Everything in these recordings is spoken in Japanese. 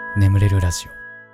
眠れるラジ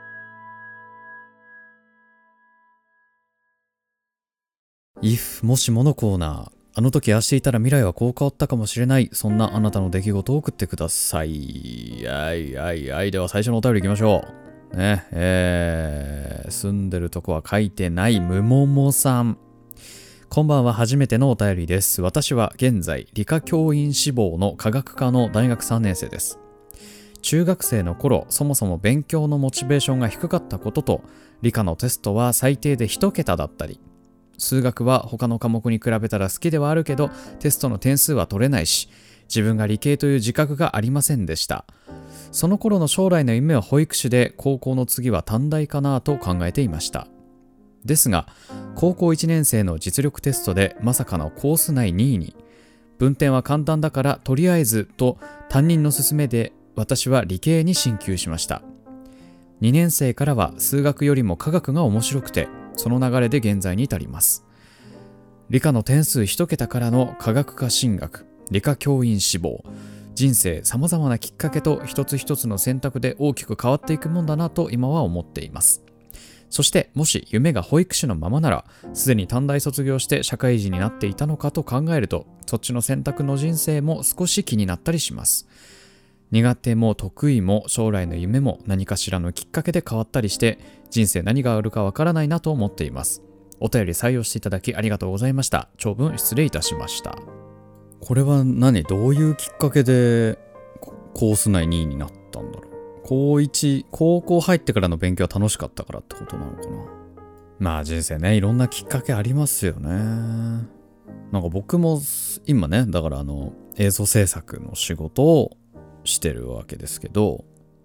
オ。 If もしものコーナー。あの時ああしていたら未来はこう変わったかもしれない。そんなあなたの出来事を送ってください。では最初のお便りいきましょうね。住んでるとこは書いてないむももさん。こんばんは。初めてのお便りです。私は現在理科教員志望の科学科の大学3年生です。中学生の頃、そもそも勉強のモチベーションが低かったことと、理科のテストは最低で1桁だったり、数学は他の科目に比べたら好きではあるけど、テストの点数は取れないし、自分が理系という自覚がありませんでした。その頃の将来の夢は保育士で、高校の次は短大かなと考えていました。ですが、高校1年生の実力テストでまさかのコース内2位に、分点は簡単だからとりあえずと担任の勧めで私は理系に進級しました。2年生からは数学よりも科学が面白くて、その流れで現在に至ります。理科の点数1桁からの科学科進学、理科教員志望、人生様々なきっかけと一つ一つの選択で大きく変わっていくもんだなと今は思っています。そしてもし夢が保育士のままなら、すでに短大卒業して社会人になっていたのかと考えると、そっちの選択の人生も少し気になったりします。苦手も得意も将来の夢も何かしらのきっかけで変わったりして、人生何があるかわからないなと思っています。お便り採用していただきありがとうございました。長文失礼いたしました。これはどういうきっかけでコース内2位になったんだろう。高校入ってからの勉強は楽しかったからってことなのかな。まあ人生ね、いろんなきっかけありますよね。なんか僕も今ね、だから映像制作の仕事をしてるわけですけど、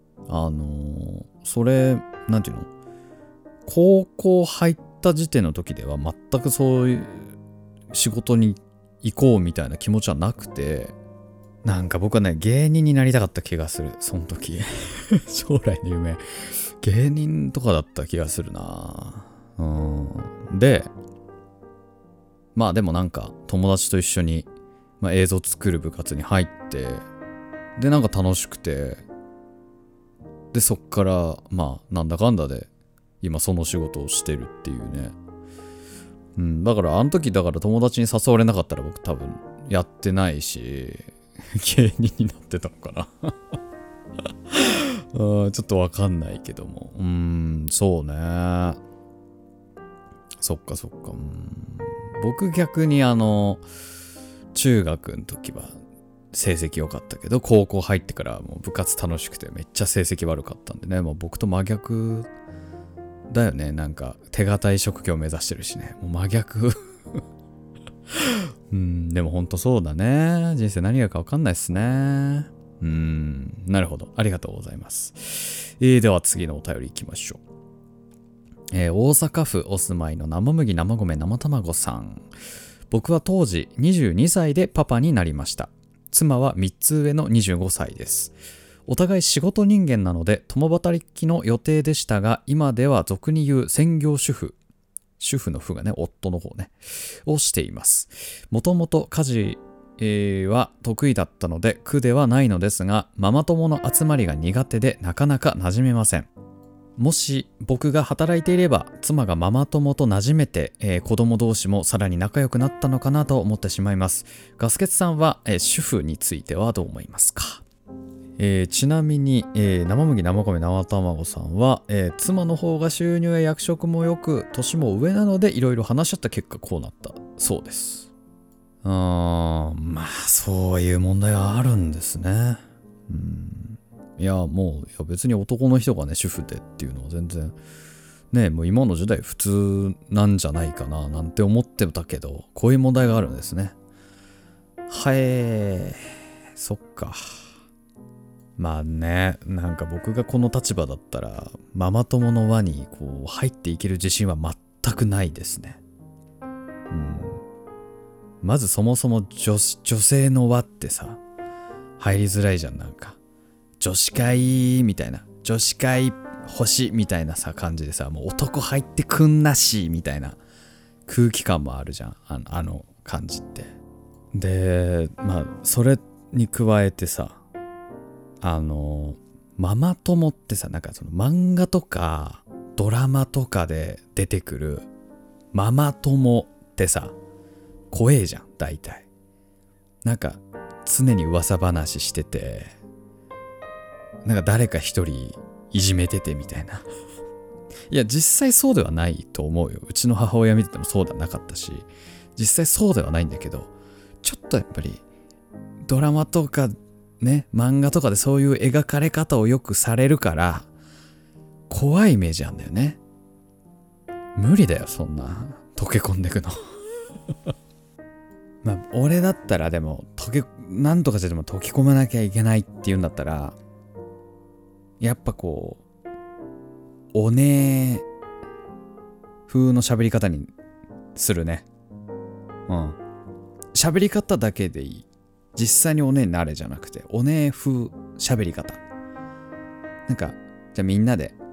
それなんていうの、高校入った時点の時では全くそういう仕事に行こうみたいな気持ちはなくて、なんか僕はね、芸人になりたかった気がする。その時将来の夢芸人とかだった気がするな。で、まあでもなんか友達と一緒に、映像作る部活に入って、でなんか楽しくて、でそっからなんだかんだで今その仕事をしてるっていうね。だからあの時友達に誘われなかったら僕多分やってないし芸人になってたのかなちょっとわかんないけども、そうね。そっか。僕逆に中学の時は成績良かったけど、高校入ってからもう部活楽しくてめっちゃ成績悪かったんでね、もう僕と真逆だよね。なんか手堅い職業を目指してるしね、もう真逆でもほんとそうだね。人生何がか分かんないっすね。なるほど、ありがとうございます。では次のお便りいきましょう。大阪府お住まいの生麦生米生卵さん。僕は当時22歳でパパになりました。妻は3つ上の25歳です。お互い仕事人間なので共働きの予定でしたが、今では俗に言う専業主婦の夫がね、夫の方ねをしています。もともと家事は得意だったので苦ではないのですが、ママ友の集まりが苦手でなかなか馴染めません。もし僕が働いていれば妻がママ友と馴染めて、子供同士もさらに仲良くなったのかなと思ってしまいます。ガスケツさんは、主婦についてはどう思いますか？ちなみに、生麦生米生卵さんは、妻の方が収入や役職も良く年も上なのでいろいろ話し合った結果こうなったそうです。そういう問題はあるんですね。いや別に男の人がね主婦でっていうのは全然ね、もう今の時代普通なんじゃないかななんて思ってたけど、こういう問題があるんですね。そっか。なんか僕がこの立場だったらママ友の輪にこう入っていける自信は全くないですね。まずそもそも女性の輪ってさ、入りづらいじゃん。なんか女子会みたいな、女子会星みたいなさ感じでさ、もう男入ってくんなしみたいな空気感もあるじゃん、あの感じって。でそれに加えてさ、 ママ友ってさ、なんかその漫画とかドラマとかで出てくるママ友ってさ、怖えじゃん、大体。なんか常に噂話してて、なんか誰か一人いじめててみたいな。いや、実際そうではないと思うよ。うちの母親見ててもそうではなかったし、実際そうではないんだけど、ちょっとやっぱりドラマとかね、漫画とかでそういう描かれ方をよくされるから怖いイメージあんだよね。無理だよ、そんな溶け込んでくの。まあ俺だったらでもなんとかしてでも溶け込まなきゃいけないっていうんだったら、やっぱこうおねえ風の喋り方にするね。喋り方だけでいい。実際におねえになれじゃなくて、おねえ風喋り方。なんか、じゃあみんなで、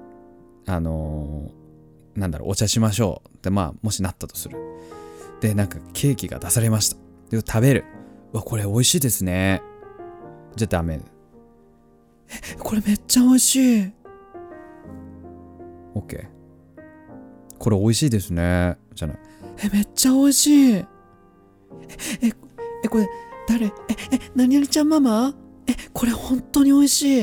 お茶しましょうって、まあ、もしなったとする。で、なんかケーキが出されました。で、食べる。うわ、これ美味しいですね。じゃあダメ。これめっちゃ美味しい。オッケー。これ美味しいですね。じゃない。めっちゃ美味しい。これ、誰？何々ちゃんママ？これ本当に美味しい。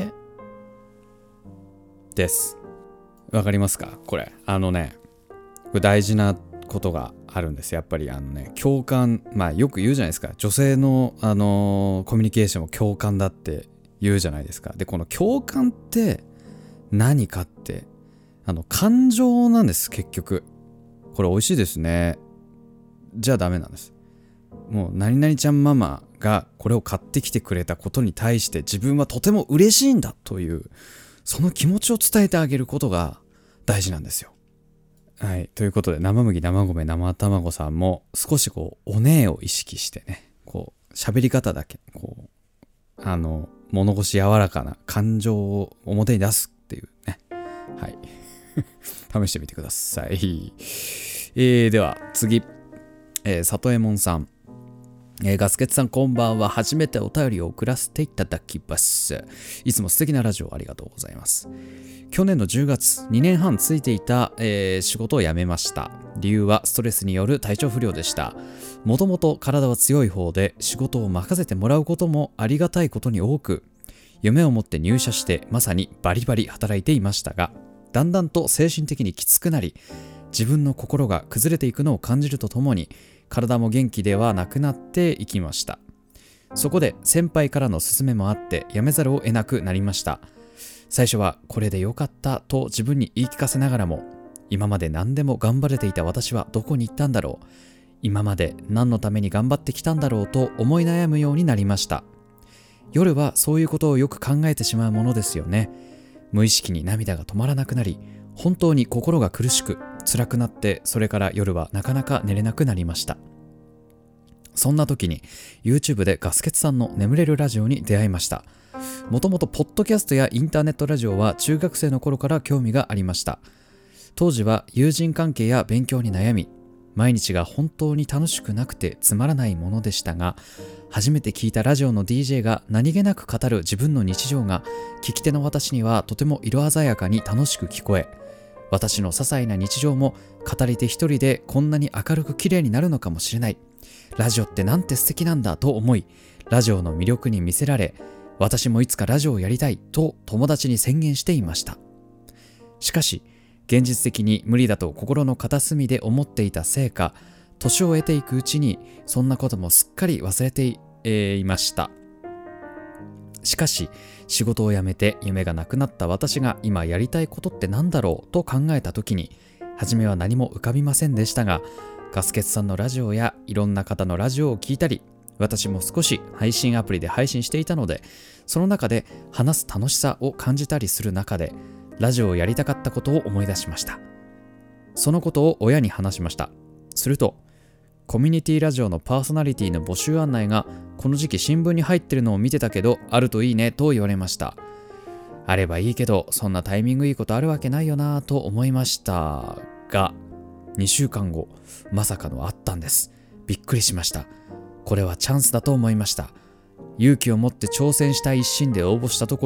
です。わかりますか？これ。これ大事なことがあるんです。やっぱり共感、まあよく言うじゃないですか。女性のコミュニケーションも共感だって言うじゃないですか。で、この共感って何かって、感情なんです、結局。これ美味しいですね。じゃあダメなんです。もう何々ちゃんママがこれを買ってきてくれたことに対して自分はとても嬉しいんだという、その気持ちを伝えてあげることが大事なんですよ。はい。ということで、生麦、生米、生卵さんも少しこう、おねえを意識してね、こう、喋り方だけ、こう、物腰柔らかな感情を表に出すっていうね。はい。試してみてください。では、次。里右衛門さん。ガスケツさんこんばんは。初めてお便りを送らせていただきます。いつも素敵なラジオありがとうございます。去年の10月、2年半ついていた、仕事を辞めました。理由はストレスによる体調不良でした。もともと体は強い方で仕事を任せてもらうこともありがたいことに多く、夢を持って入社してまさにバリバリ働いていましたが、だんだんと精神的にきつくなり、自分の心が崩れていくのを感じるとともに、体も元気ではなくなっていきました。そこで先輩からの勧めもあって辞めざるを得なくなりました。最初はこれでよかったと自分に言い聞かせながらも、今まで何でも頑張れていた私はどこに行ったんだろう、今まで何のために頑張ってきたんだろうと思い悩むようになりました。夜はそういうことをよく考えてしまうものですよね。無意識に涙が止まらなくなり、本当に心が苦しく辛くなって、それから夜はなかなか寝れなくなりました。そんな時に YouTube でガスケツさんの眠れるラジオに出会いました。もともとポッドキャストやインターネットラジオは中学生の頃から興味がありました。当時は友人関係や勉強に悩み、毎日が本当に楽しくなくてつまらないものでしたが、初めて聞いたラジオの DJ が何気なく語る自分の日常が聞き手の私にはとても色鮮やかに楽しく聞こえ、私の些細な日常も語り手一人でこんなに明るく綺麗になるのかもしれない。ラジオってなんて素敵なんだと思い、ラジオの魅力に魅せられ、私もいつかラジオをやりたいと友達に宣言していました。しかし、現実的に無理だと心の片隅で思っていたせいか、年を経ていくうちにそんなこともすっかり忘れていました。しかし、仕事を辞めて夢がなくなった私が今やりたいことって何だろうと考えた時に、初めは何も浮かびませんでしたが、ガスケツさんのラジオやいろんな方のラジオを聞いたり、私も少し配信アプリで配信していたので、その中で話す楽しさを感じたりする中で、ラジオをやりたかったことを思い出しました。そのことを親に話しました。すると、コミュニティラジオのパーソナリティの募集案内がこの時期新聞に入ってるのを見てたけど、あるといいねと言われました。あればいいけど、そんなタイミングいいことあるわけないよなと思いましたが、2週間後、まさかのあったんです。びっくりしました。これはチャンスだと思いました。勇気を持って挑戦したい一心で応募したところ、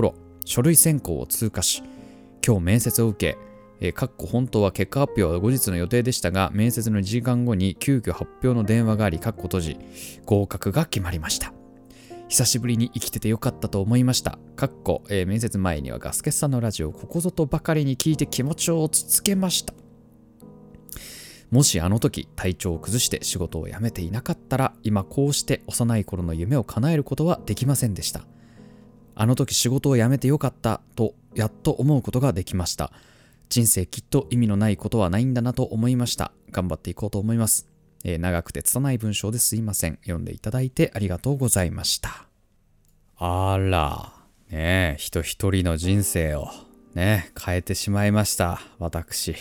書類選考を通過し、今日面接を受け、本当は結果発表は後日の予定でしたが、面接の2時間後に急遽発表の電話があり、閉じ、合格が決まりました。久しぶりに生きててよかったと思いました。面接前にはガスケツさんのラジオをここぞとばかりに聞いて気持ちを落ち着けました。もしあの時体調を崩して仕事を辞めていなかったら、今こうして幼い頃の夢を叶えることはできませんでした。あの時仕事を辞めてよかったとやっと思うことができました。人生きっと意味のないことはないんだなと思いました。頑張っていこうと思います。長くて拙い文章ですいません。読んでいただいてありがとうございました。あら、ねえ、人一人の人生をね、変えてしまいました。私。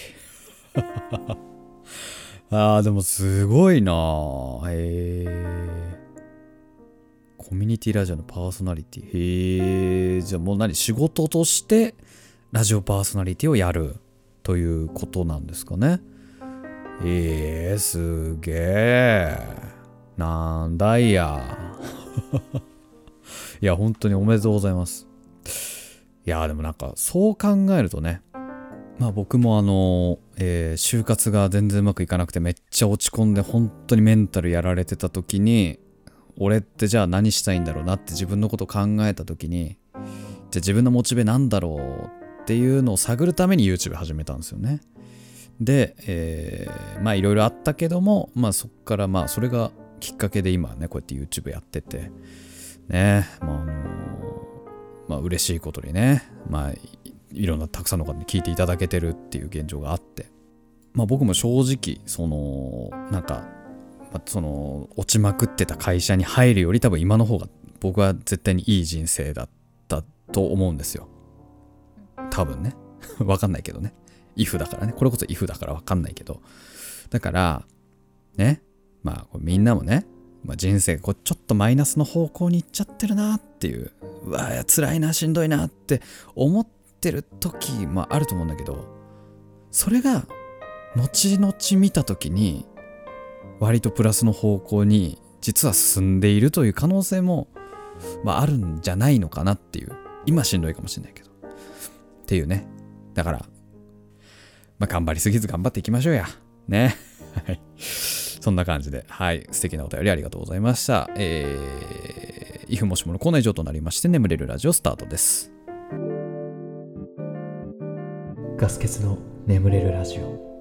でもすごいな。コミュニティラジオのパーソナリティ。じゃあもう仕事としてラジオパーソナリティをやるということなんですかね。すげえ。なんだいや。いや、本当におめでとうございます。いや、でもそう考えるとね、僕も就活が全然うまくいかなくてめっちゃ落ち込んで本当にメンタルやられてた時に、俺ってじゃあ何したいんだろうなって自分のこと考えた時に、じゃあ自分のモチベなんだろうっていうのを探るために YouTube 始めたんですよね。で、いろいろあったけども、そっからそれがきっかけで今ね、こうやって YouTube やっててね、嬉しいことにね、いろんなたくさんの方に聞いていただけてるっていう現状があって、僕も正直落ちまくってた会社に入るより多分今の方が僕は絶対にいい人生だったと思うんですよ。多分ね。わかんないけどね。if だからね。これこそ if だからわかんないけど。だから、ね。みんなもね、人生がちょっとマイナスの方向に行っちゃってるなっていう、辛いな、しんどいなって思ってる時もあると思うんだけど、それが後々見た時に割とプラスの方向に実は進んでいるという可能性も、あるんじゃないのかなっていう。今しんどいかもしれないけどっていうね。だから頑張りすぎず頑張っていきましょうやね。はい、そんな感じで、はい、素敵なお便りありがとうございました。if もしものコーナー以上となりまして、眠れるラジオスタートです。ガス欠の眠れるラジオ。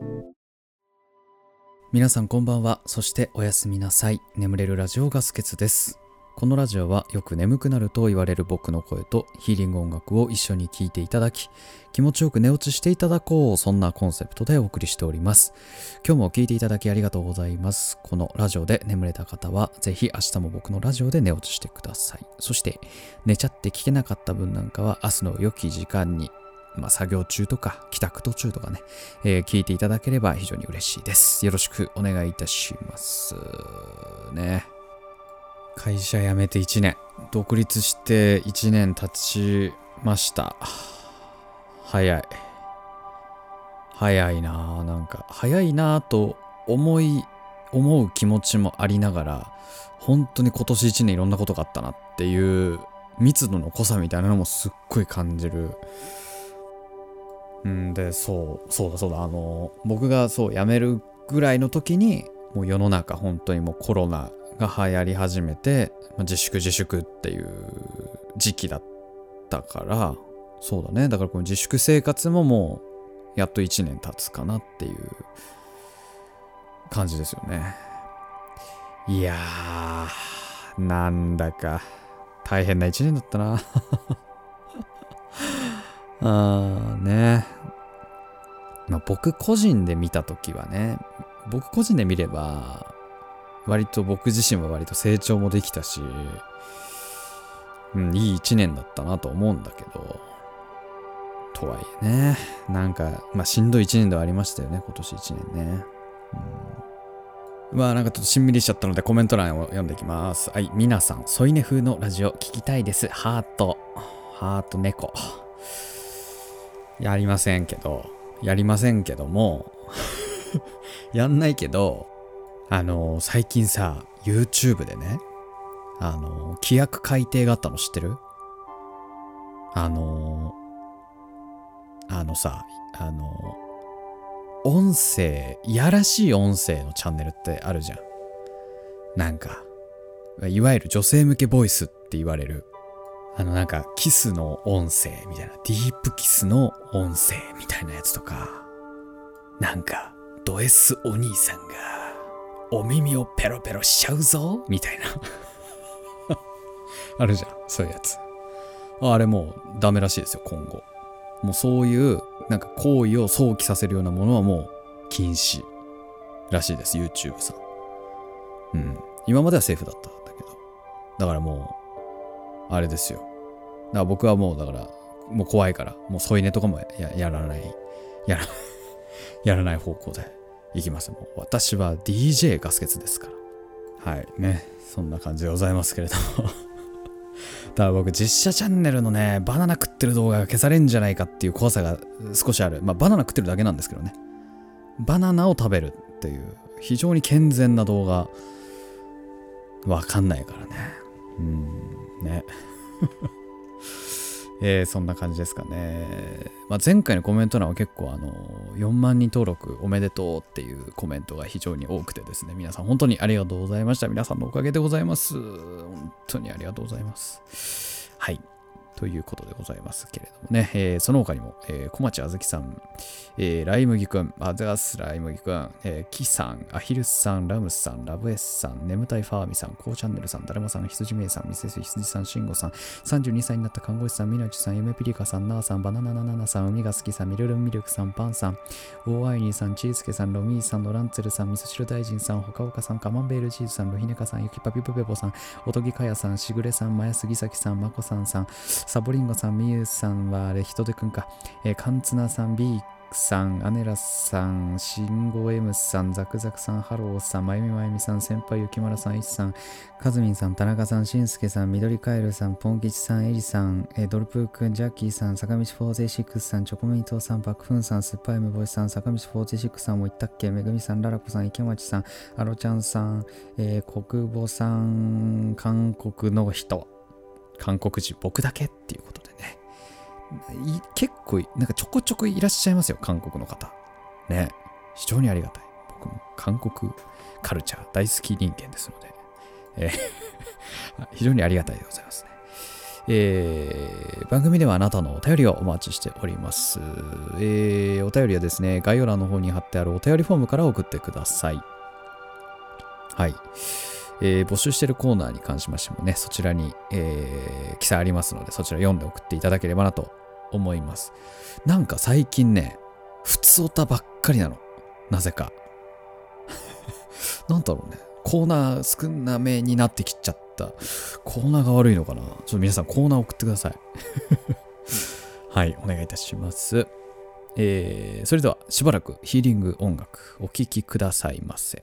皆さんこんばんは。そしておやすみなさい。眠れるラジオガス欠です。このラジオはよく眠くなると言われる僕の声とヒーリング音楽を一緒に聴いていただき、気持ちよく寝落ちしていただこう、そんなコンセプトでお送りしております。今日も聴いていただきありがとうございます。このラジオで眠れた方はぜひ明日も僕のラジオで寝落ちしてください。そして寝ちゃって聞けなかった分なんかは明日の良き時間に、作業中とか帰宅途中とかね、聞いていただければ非常に嬉しいです。よろしくお願いいたしますね。会社辞めて1年、独立して1年経ちました。早いな。早いなと思う気持ちもありながら、本当に今年1年いろんなことがあったなっていう密度の濃さみたいなのもすっごい感じる。で、そうだ、僕が辞めるぐらいの時に、もう世の中本当にもうコロナが流行り始めて、自粛っていう時期だったから、そうだね。だからこの自粛生活ももうやっと1年経つかなっていう感じですよね。いやー、なんだか大変な1年だったな。ね。僕個人で見たときはね、僕個人で見れば割と僕自身は割と成長もできたし、いい1年だったなと思うんだけど、とはいえね、しんどい1年ではありましたよね、今年1年ね。ちょっとしんみりしちゃったのでコメント欄を読んでいきます。はい、皆さん添い寝風のラジオ聞きたいです。ハート猫。やりませんけどもやんないけど、最近さ YouTube でね、規約改定があったの知ってる？ あのさ、音声、いやらしい音声のチャンネルってあるじゃん。なんか、いわゆる女性向けボイスって言われる。なんか、キスの音声みたいな、ディープキスの音声みたいなやつとか、なんか、ド S お兄さんが、お耳をペロペロしちゃうぞみたいな。あるじゃん、そういうやつ。あれもうダメらしいですよ、今後。もうそういう、なんか行為を想起させるようなものはもう禁止らしいです、YouTube さん。うん。今まではセーフだったんだけど。だからもう、あれですよ。だから僕はもう、だから、もう怖いから、もう添い寝とかもやらない、やらない方向でいきます。もう私は DJ ガス欠ですから。はい。ね。そんな感じでございますけれども。だから僕実写チャンネルのね、バナナ食ってる動画が消されんじゃないかっていう怖さが少しある。まあバナナ食ってるだけなんですけどね。バナナを食べるっていう非常に健全な動画わかんないからね。ね。そんな感じですかね。まあ、前回のコメント欄は結構4万人登録おめでとうっていうコメントが非常に多くてですね、皆さん本当にありがとうございました。皆さんのおかげでございます。本当にありがとうございます。はい。ということでございますけれどもね、その他にも、小町あずきさん、ライ麦くん、あざすライ麦くん、キさん、アヒルさん、ラムスさん、ラブエスさん、眠たいファーミさん、コーチャンネルさん、だるまさん、羊めいさん、ミセス羊さん、シンゴさん、32歳になった看護師さん、ミナチさん、ゆめぴりかさん、ナーさん、バナナナナナさん、海が好きさん、ミルルンミルクさん、パンさん、オーアイニーさん、チーズケさん、ロミーさん、ノランツェルさん、味噌汁大臣さん、ほかほかさん、カマンベールチーズさん、ロヒネカさん、ゆきパピプペポさん、おとぎかやさん、しぐれさん、まやすぎさきさん、まこさんさん、サボリンゴさん、みゆさんはあれ、ひとでくんか、カンツナさん、ビーさん、アネラさん、シンゴエムさん、ザクザクさん、ハローさん、まゆみまゆみさん、先輩ゆきまらさん、いちさん、かずみんさん、田中さん、しんすけさん、みどりかえるさん、ポン吉さん、えりさん、ドルプーくん、ジャッキーさん、坂道406さん、チョコミントさん、パクフンさん、酸っぱいめぼしさん、坂道46さんも言ったっけ、めぐみさん、ララコさん、池町さん、アロちゃんさん、国母さん、韓国の人、韓国人僕だけっていうことでね。結構、なんかちょこちょこいらっしゃいますよ、韓国の方。ね。非常にありがたい。僕も韓国カルチャー大好き人間ですので、非常にありがたいでございますね。番組ではあなたのお便りをお待ちしております。お便りはですね、概要欄の方に貼ってあるお便りフォームから送ってください。はい。募集しているコーナーに関しましてもね、そちらに、記載ありますので、そちら読んで送っていただければなと思います。なんか最近ね、普通オタばっかりなの。なぜか。なんだろうね。コーナー少なめになってきちゃった。コーナーが悪いのかな。ちょっと皆さんコーナー送ってください。はい、お願いいたします。それではしばらくヒーリング音楽お聴きくださいませ。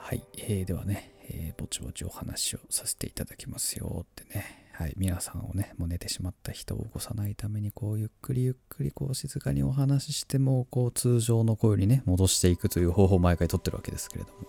はい、ではね、ぼちぼちお話をさせていただきますよってね。はい、皆さんをね、もう寝てしまった人を起こさないために、こうゆっくりゆっくりこう静かにお話ししても、こう通常の声にね、戻していくという方法を毎回とってるわけですけれども。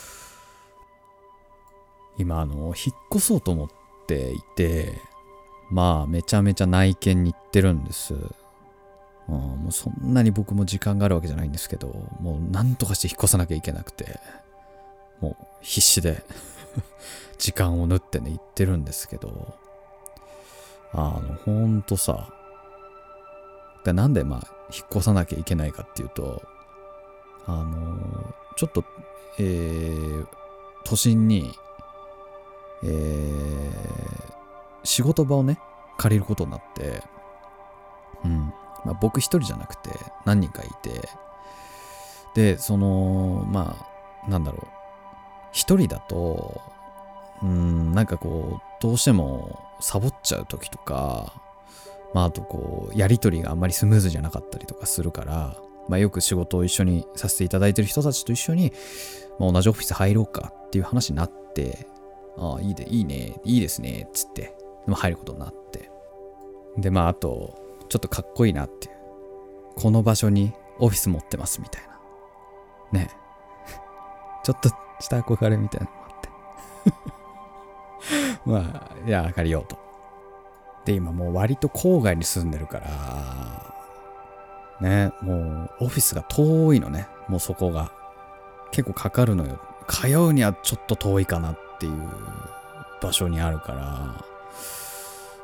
今、引っ越そうと思っていて、まあ、めちゃめちゃ内見に行ってるんです。もうそんなに僕も時間があるわけじゃないんですけど、もうなんとかして引っ越さなきゃいけなくて、もう必死で時間を縫ってね行ってるんですけど、ほんとさ、なんでまあ引っ越さなきゃいけないかっていうと、ちょっと、都心に、仕事場をね借りることになって、まあ、僕一人じゃなくて何人かいて、でまあなんだろう、一人だとなんかこうどうしてもサボっちゃう時とか、まああとこうやり取りがあんまりスムーズじゃなかったりとかするから、まあよく仕事を一緒にさせていただいてる人たちと一緒に、まあ、同じオフィス入ろうかっていう話になって、いいねいいですねっつって、入ることになって、でまああとちょっとかっこいいなっていう、この場所にオフィス持ってますみたいなねちょっとした憧れみたいなのもあってまあいや借りようと。で今もう割と郊外に住んでるからね、もうオフィスが遠いのね。もうそこが結構かかるのよ。通うにはちょっと遠いかなっていう場所にあるから、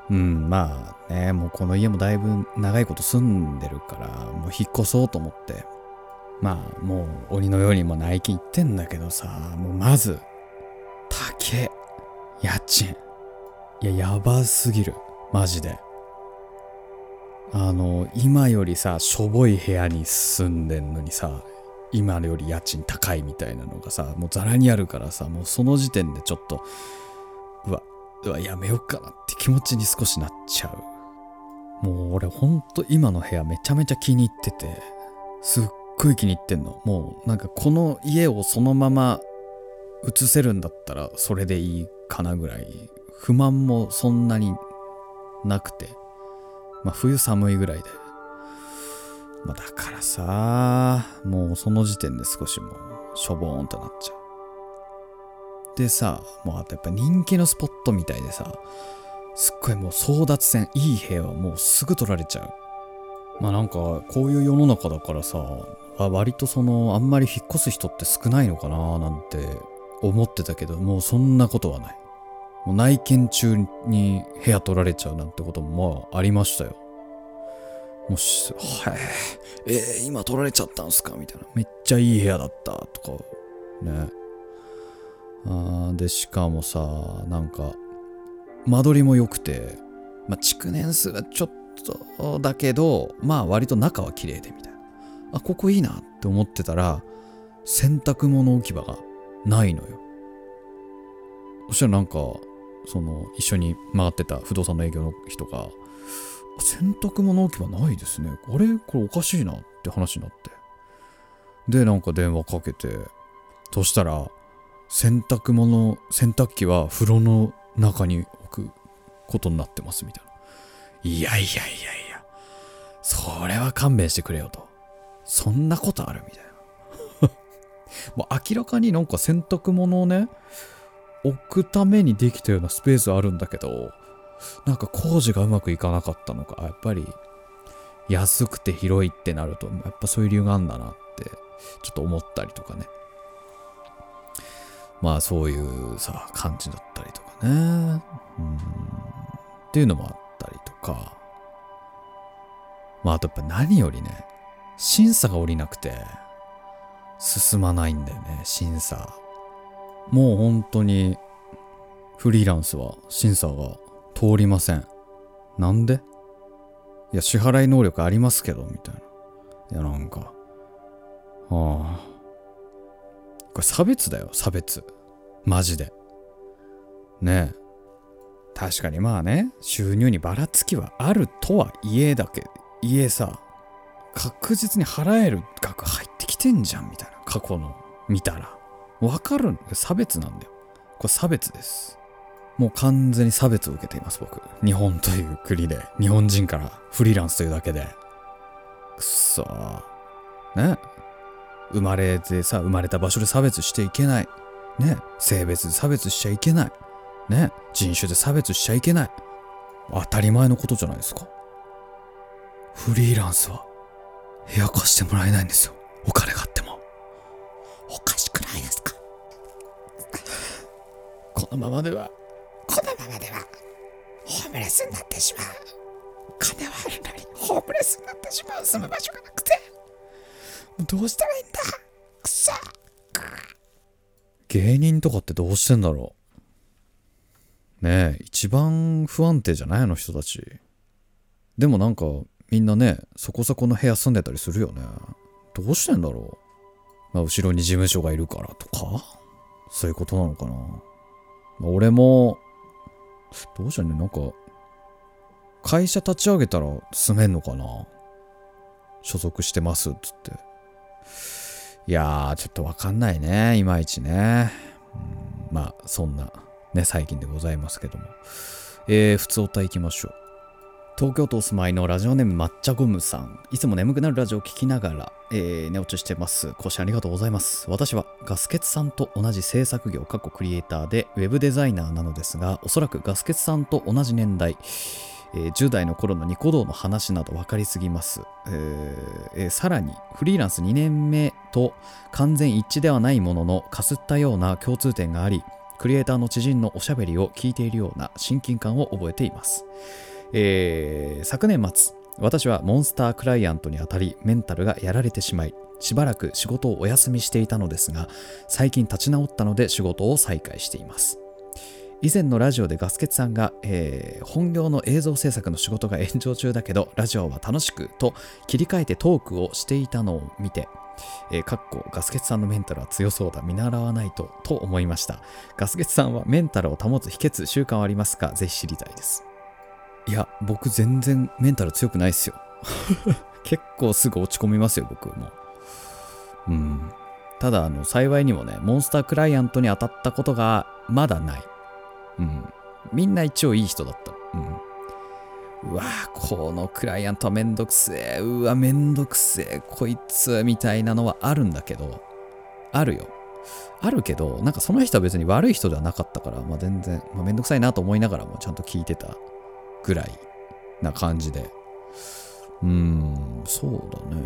まあね、もうこの家もだいぶ長いこと住んでるから、もう引っ越そうと思って、まあもう鬼のようにも内見行ってんだけどさ、もうまず高え家賃、いややばすぎるマジで。今よりさしょぼい部屋に住んでんのにさ、今より家賃高いみたいなのがさもうザラにあるからさ、もうその時点でちょっとうわやめようかなって気持ちに少しなっちゃう。もう俺ほんと今の部屋めちゃめちゃ気に入ってて、すっごい気に入ってんの。もうなんかこの家をそのまま移せるんだったらそれでいいかなぐらい、不満もそんなになくて、まあ冬寒いぐらいで、まあだからさ、もうその時点で少しもうしょぼーんとなっちゃう。でさ、もうあとやっぱ人気のスポットみたいでさ、すっごいもう争奪戦、いい部屋はもうすぐ取られちゃう。まあなんかこういう世の中だからさ、割とあんまり引っ越す人って少ないのかななんて思ってたけど、もうそんなことはない。もう内見中に部屋取られちゃうなんてこともまあありましたよ。もし、今取られちゃったんすかみたいな。めっちゃいい部屋だったとかね。でしかもさ、なんか間取りも良くて、まあ築年数がちょっとだけど、まあ割と中は綺麗でみたいな。ここいいなって思ってたら、洗濯物置き場がないのよ。そしたらなんか一緒に回ってた不動産の営業の人が、洗濯物置き場ないですね、これおかしいなって話になって、でなんか電話かけて、そしたら洗濯機は風呂の中に置くことになってますみたいな。いやそれは勘弁してくれよと、そんなことあるみたいなもう明らかになんか洗濯物をね置くためにできたようなスペースあるんだけど、なんか工事がうまくいかなかったのか、やっぱり安くて広いってなるとやっぱそういう理由があるんだなってちょっと思ったりとかね。まあそういうさ感じだったりとかね、っていうのもあったりとか、まああとやっぱ何よりね、審査が下りなくて進まないんだよね。審査もう本当にフリーランスは審査が通りません。なんで？いや支払い能力ありますけどみたいな。いやなんかこれ差別だよ、差別マジでね。え確かにまあね、収入にばらつきはあるとはいえさ、確実に払える額入ってきてんじゃんみたいな。過去の見たらわかる？差別なんだよ。これ差別です。もう完全に差別を受けています、僕。日本という国で、日本人からフリーランスというだけで。くっそー。ね。生まれた場所で差別していけない。ね。性別で差別しちゃいけない。ね。人種で差別しちゃいけない。当たり前のことじゃないですか。フリーランスは部屋貸してもらえないんですよ。お金があっても。おかしくないですか？このままではホームレスになってしまう。金はあるのにホームレスになってしまう。住む場所がなくてどうしたらいいんだ。くそ。芸人とかってどうしてんだろうね。え、一番不安定じゃない？あの人たち。でもなんかみんなね、そこそこの部屋住んでたりするよね。どうしてんだろう。後ろに事務所がいるからとか、そういうことなのかな。俺もどうしたね、なんか会社立ち上げたら住めんのかな。所属してますっつって。いやー、ちょっとわかんないね、いまいちね。まあそんなね、最近でございますけども、普通おた行きましょう。東京都お住まいのラジオネーム抹茶ゴムさん。いつも眠くなるラジオを聞きながら、寝落ちしてます。更新ありがとうございます。私はガスケツさんと同じ制作業クリエイターでウェブデザイナーなのですが、おそらくガスケツさんと同じ年代、10代の頃のニコ動の話など分かりすぎます。さらにフリーランス2年目と完全一致ではないもののかすったような共通点があり、クリエイターの知人のおしゃべりを聞いているような親近感を覚えています。昨年末、私はモンスタークライアントにあたりメンタルがやられてしまい、しばらく仕事をお休みしていたのですが、最近立ち直ったので仕事を再開しています。以前のラジオでガスケツさんが、本業の映像制作の仕事が炎上中だけどラジオは楽しくと切り替えてトークをしていたのを見て、ガスケツさんのメンタルは強そうだ、見習わないとと思いました。ガスケツさんはメンタルを保つ秘訣習慣はありますか？ぜひ知りたいです。いや、僕全然メンタル強くないっすよ。結構すぐ落ち込みますよ、僕も。ただ幸いにもね、モンスタークライアントに当たったことがまだない。みんな一応いい人だった。うわぁ、このクライアントはめんどくせえ、うわめんどくせえこいつみたいなのはあるんだけど、あるよ。あるけど、なんかその人は別に悪い人ではなかったから、全然、めんどくさいなと思いながらもちゃんと聞いてたぐらいな感じで。そうだね。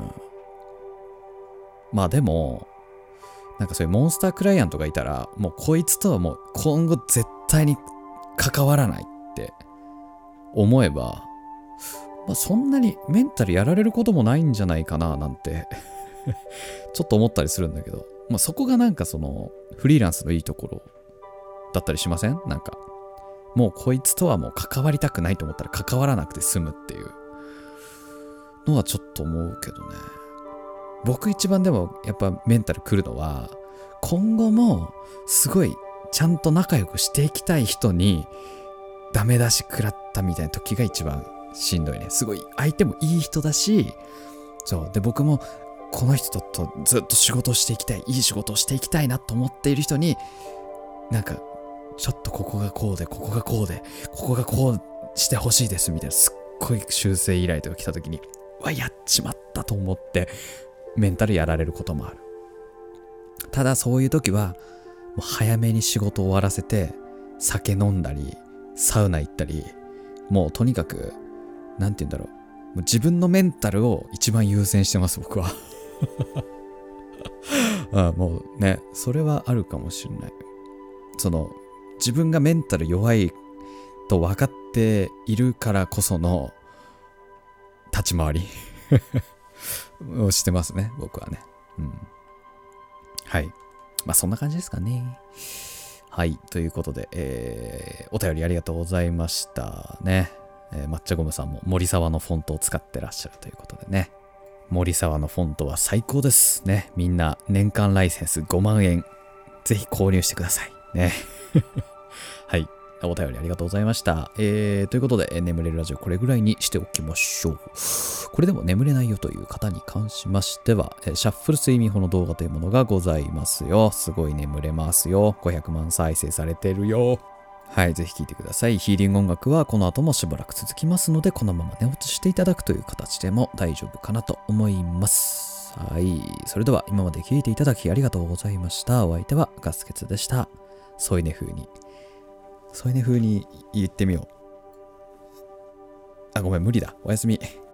でも、なんかそういうモンスタークライアントがいたら、もうこいつとはもう今後絶対に関わらないって思えば、そんなにメンタルやられることもないんじゃないかななんてちょっと思ったりするんだけど、そこがなんかそのフリーランスのいいところだったりしません？なんかもうこいつとはもう関わりたくないと思ったら関わらなくて済むっていうのはちょっと思うけどね。僕一番でもやっぱメンタルくるのは、今後もすごいちゃんと仲良くしていきたい人にダメ出し食らったみたいな時が一番しんどいね。すごい相手もいい人だし、そうで僕もこの人とずっと仕事をしていきたい、いい仕事をしていきたいなと思っている人に、なんかちょっとここがこうでここがこうでここがこうしてほしいですみたいなすっごい修正依頼とか来た時に、やっちまったと思ってメンタルやられることもある。ただそういう時はもう早めに仕事を終わらせて酒飲んだりサウナ行ったり、もうとにかくなんて言うんだろう、もう自分のメンタルを一番優先してます僕はもうね、それはあるかもしれない。その自分がメンタル弱いと分かっているからこその立ち回りをしてますね、僕はね。はい。そんな感じですかね。はい。ということで、お便りありがとうございましたね。抹茶ゴムさんも森沢のフォントを使ってらっしゃるということでね。森沢のフォントは最高ですね。みんな年間ライセンス5万円。ぜひ購入してください。ね。はい。 お便りありがとうございました。ということで、眠れるラジオこれぐらいにしておきましょう。これでも眠れないよという方に関しましては、シャッフル睡眠法の動画というものがございますよ。すごい眠れますよ。500万再生されてるよ。はい、ぜひ聴いてください。ヒーリング音楽はこの後もしばらく続きますので、このまま寝落ちしていただくという形でも大丈夫かなと思います。はい。それでは今まで聴いていただきありがとうございました。お相手はガスケツでした。添い寝風に言ってみよう。あ、ごめん、無理だ。おやすみ。